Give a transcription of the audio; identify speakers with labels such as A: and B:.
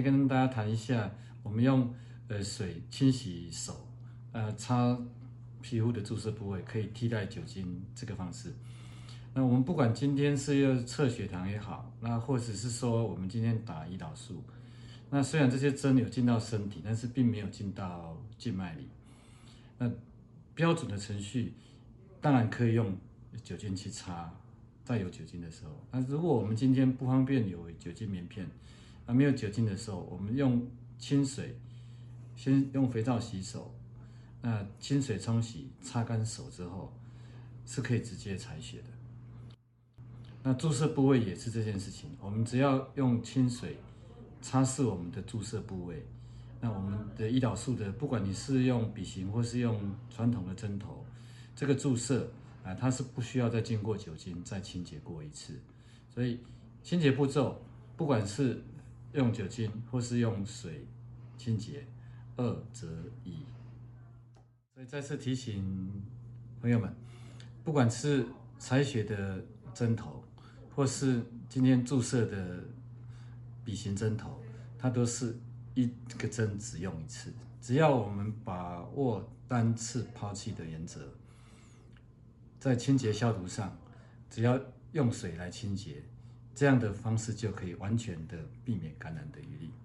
A: 天跟大家谈一下，我们用水清洗手，擦皮肤的注射部位可以替代酒精这个方式。那我们不管今天是要测血糖也好，那或者是说我们今天打胰岛素，那虽然这些针有进到身体，但是并没有进到静脉里。那标准的程序当然可以用酒精去擦，在有酒精的时候。那如果我们今天不方便有酒精棉片，没有酒精的时候，我们用清水，先用肥皂洗手，那清水冲洗，擦干手之后，是可以直接采血的。那注射部位也是这件事情，我们只要用清水擦拭我们的注射部位，那我们的胰岛素的，不管你是用笔型或是用传统的针头，这个注射它是不需要再经过酒精再清洁过一次，所以清洁步骤不管是用酒精或是用水清洁，二择一。所以再次提醒朋友们，不管是采血的针头，或是今天注射的笔型针头，它都是一个针只用一次。只要我们把握单次抛弃的原则，在清洁消毒上，只要用水来清洁，这样的方式就可以完全的避免感染的余力。